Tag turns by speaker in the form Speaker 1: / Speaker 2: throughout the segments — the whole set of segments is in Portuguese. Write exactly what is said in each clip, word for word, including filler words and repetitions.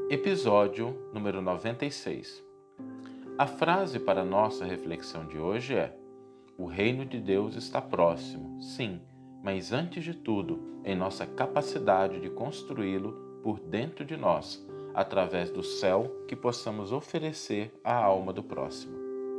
Speaker 1: Episódio número noventa e seis. A frase para nossa reflexão de hoje é: o reino de Deus está próximo, sim, mas antes de tudo, em nossa capacidade de construí-lo por dentro de nós, através do céu que possamos oferecer à alma do próximo.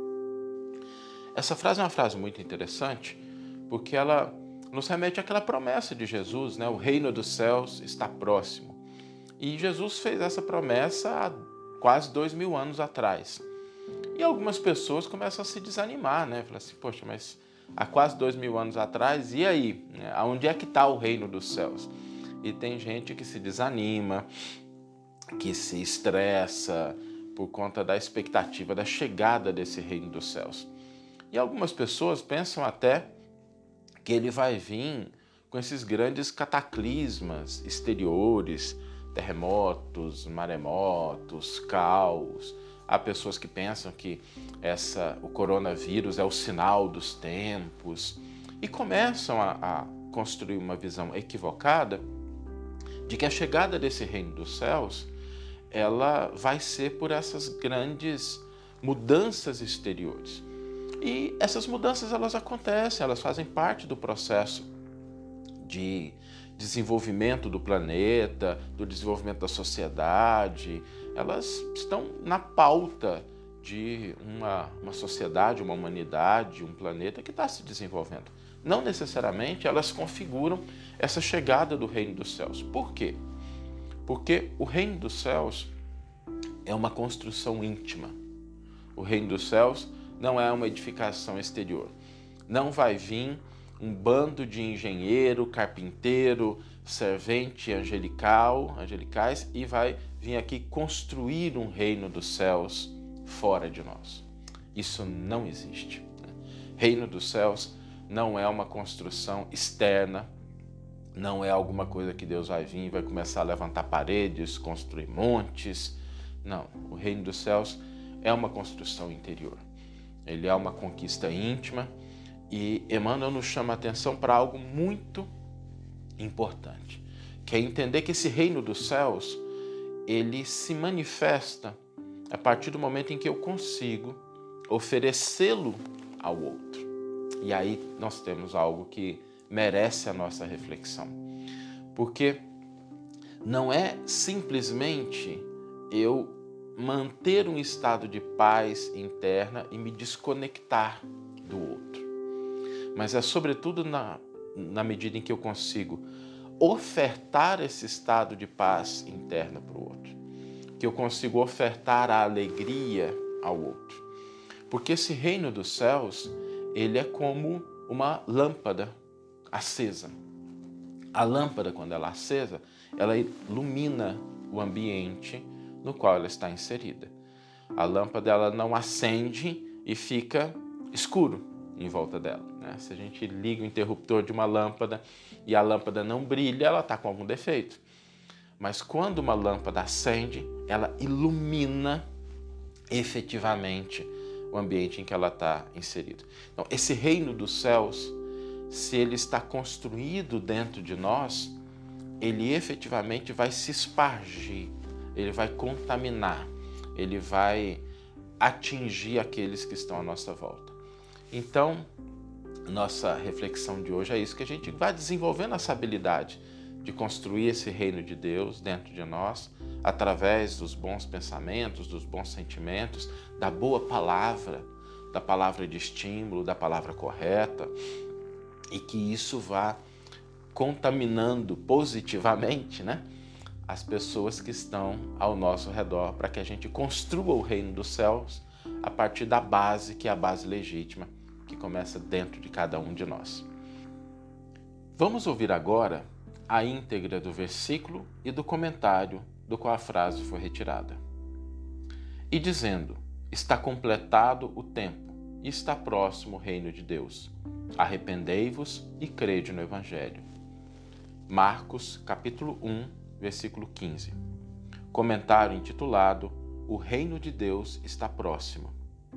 Speaker 1: Essa frase é uma frase muito interessante, porque ela nos remete àquela promessa de Jesus, né? O reino dos céus está próximo. E Jesus fez essa promessa há quase dois mil anos atrás. E algumas pessoas começam a se desanimar, né? Falam assim, poxa, mas há quase dois mil anos atrás, e aí? Aonde é que está o reino dos céus? E tem gente que se desanima, que se estressa por conta da expectativa da chegada desse reino dos céus. E algumas pessoas pensam até que ele vai vir com esses grandes cataclismas exteriores, terremotos, maremotos, caos. Há pessoas que pensam que essa, o coronavírus é o sinal dos tempos e começam a, a construir uma visão equivocada de que a chegada desse reino dos céus ela vai ser por essas grandes mudanças exteriores. E essas mudanças elas acontecem, elas fazem parte do processo de desenvolvimento do planeta, do desenvolvimento da sociedade. Elas estão na pauta de uma, uma sociedade, uma humanidade, um planeta que está se desenvolvendo. Não necessariamente elas configuram essa chegada do reino dos céus. Por quê? Porque o reino dos céus é uma construção íntima. O reino dos céus não é uma edificação exterior. Não vai vir um bando de engenheiro, carpinteiro, servente angelical, angelicais e vai vir aqui construir um reino dos céus fora de nós. Isso não existe. Reino dos céus não é uma construção externa, não é alguma coisa que Deus vai vir e vai começar a levantar paredes, construir montes. Não, o reino dos céus é uma construção interior. Ele é uma conquista íntima e Emmanuel nos chama a atenção para algo muito importante, que é entender que esse reino dos céus, ele se manifesta a partir do momento em que eu consigo oferecê-lo ao outro. E aí nós temos algo que merece a nossa reflexão. Porque não é simplesmente eu manter um estado de paz interna e me desconectar do outro. Mas é sobretudo na, na medida em que eu consigo ofertar esse estado de paz interna para o outro, que eu consigo ofertar a alegria ao outro. Porque esse reino dos céus, ele é como uma lâmpada acesa. A lâmpada, quando ela é acesa, ela ilumina o ambiente no qual ela está inserida. A lâmpada ela não acende e fica escuro em volta dela, né? Se a gente liga o interruptor de uma lâmpada e a lâmpada não brilha, ela está com algum defeito. Mas quando uma lâmpada acende, ela ilumina efetivamente o ambiente em que ela está inserida. Então, esse reino dos céus, se ele está construído dentro de nós, ele efetivamente vai se espargir, ele vai contaminar, ele vai atingir aqueles que estão à nossa volta. Então, nossa reflexão de hoje é isso, que a gente vai desenvolvendo essa habilidade de construir esse reino de Deus dentro de nós, através dos bons pensamentos, dos bons sentimentos, da boa palavra, da palavra de estímulo, da palavra correta, e que isso vá contaminando positivamente, né, as pessoas que estão ao nosso redor, para que a gente construa o reino dos céus a partir da base, que é a base legítima, que começa dentro de cada um de nós. Vamos ouvir agora a íntegra do versículo e do comentário do qual a frase foi retirada. E dizendo, está completado o tempo e está próximo o reino de Deus. Arrependei-vos e crede no Evangelho. Marcos, capítulo um, versículo quinze. Comentário intitulado O reino de Deus está próximo.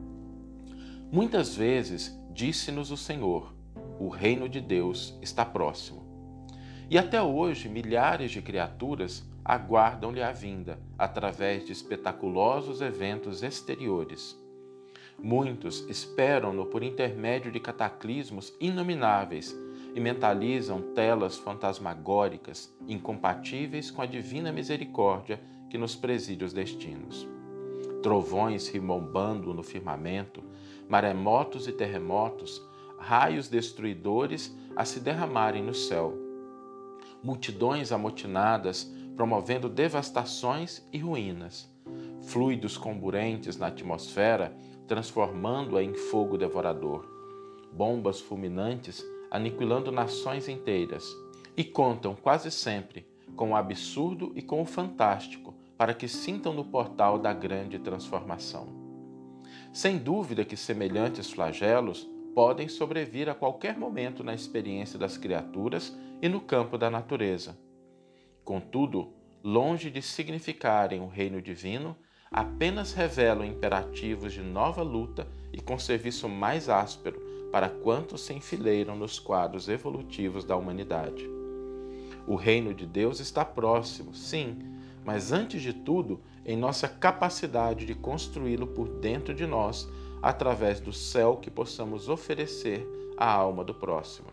Speaker 1: Muitas vezes disse-nos o Senhor, o reino de Deus está próximo. E até hoje milhares de criaturas aguardam-lhe a vinda através de espetaculosos eventos exteriores. Muitos esperam-no por intermédio de cataclismos inomináveis e mentalizam telas fantasmagóricas incompatíveis com a divina misericórdia que nos preside os destinos. Trovões rimombando no firmamento, maremotos e terremotos, raios destruidores a se derramarem no céu. Multidões amotinadas promovendo devastações e ruínas. Fluidos comburentes na atmosfera transformando-a em fogo devorador. Bombas fulminantes aniquilando nações inteiras. E contam quase sempre com o absurdo e com o fantástico para que sintam no portal da grande transformação. Sem dúvida que semelhantes flagelos podem sobrevir a qualquer momento na experiência das criaturas e no campo da natureza. Contudo, longe de significarem o reino divino, apenas revelam imperativos de nova luta e com serviço mais áspero para quantos se enfileiram nos quadros evolutivos da humanidade. O reino de Deus está próximo, sim, mas antes de tudo, em nossa capacidade de construí-lo por dentro de nós, através do céu que possamos oferecer à alma do próximo.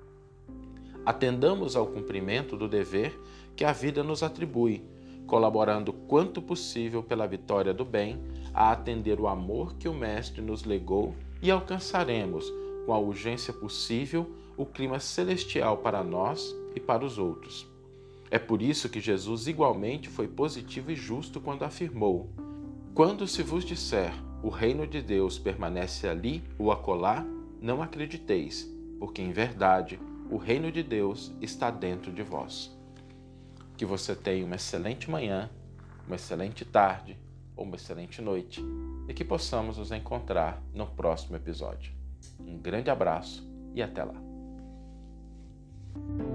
Speaker 1: Atendamos ao cumprimento do dever que a vida nos atribui, colaborando quanto possível pela vitória do bem, a atender o amor que o Mestre nos legou e alcançaremos, com a urgência possível, o clima celestial para nós e para os outros. É por isso que Jesus igualmente foi positivo e justo quando afirmou: quando se vos disser, o reino de Deus permanece ali ou acolá, não acrediteis, porque em verdade o reino de Deus está dentro de vós. Que você tenha uma excelente manhã, uma excelente tarde ou uma excelente noite e que possamos nos encontrar no próximo episódio. Um grande abraço e até lá.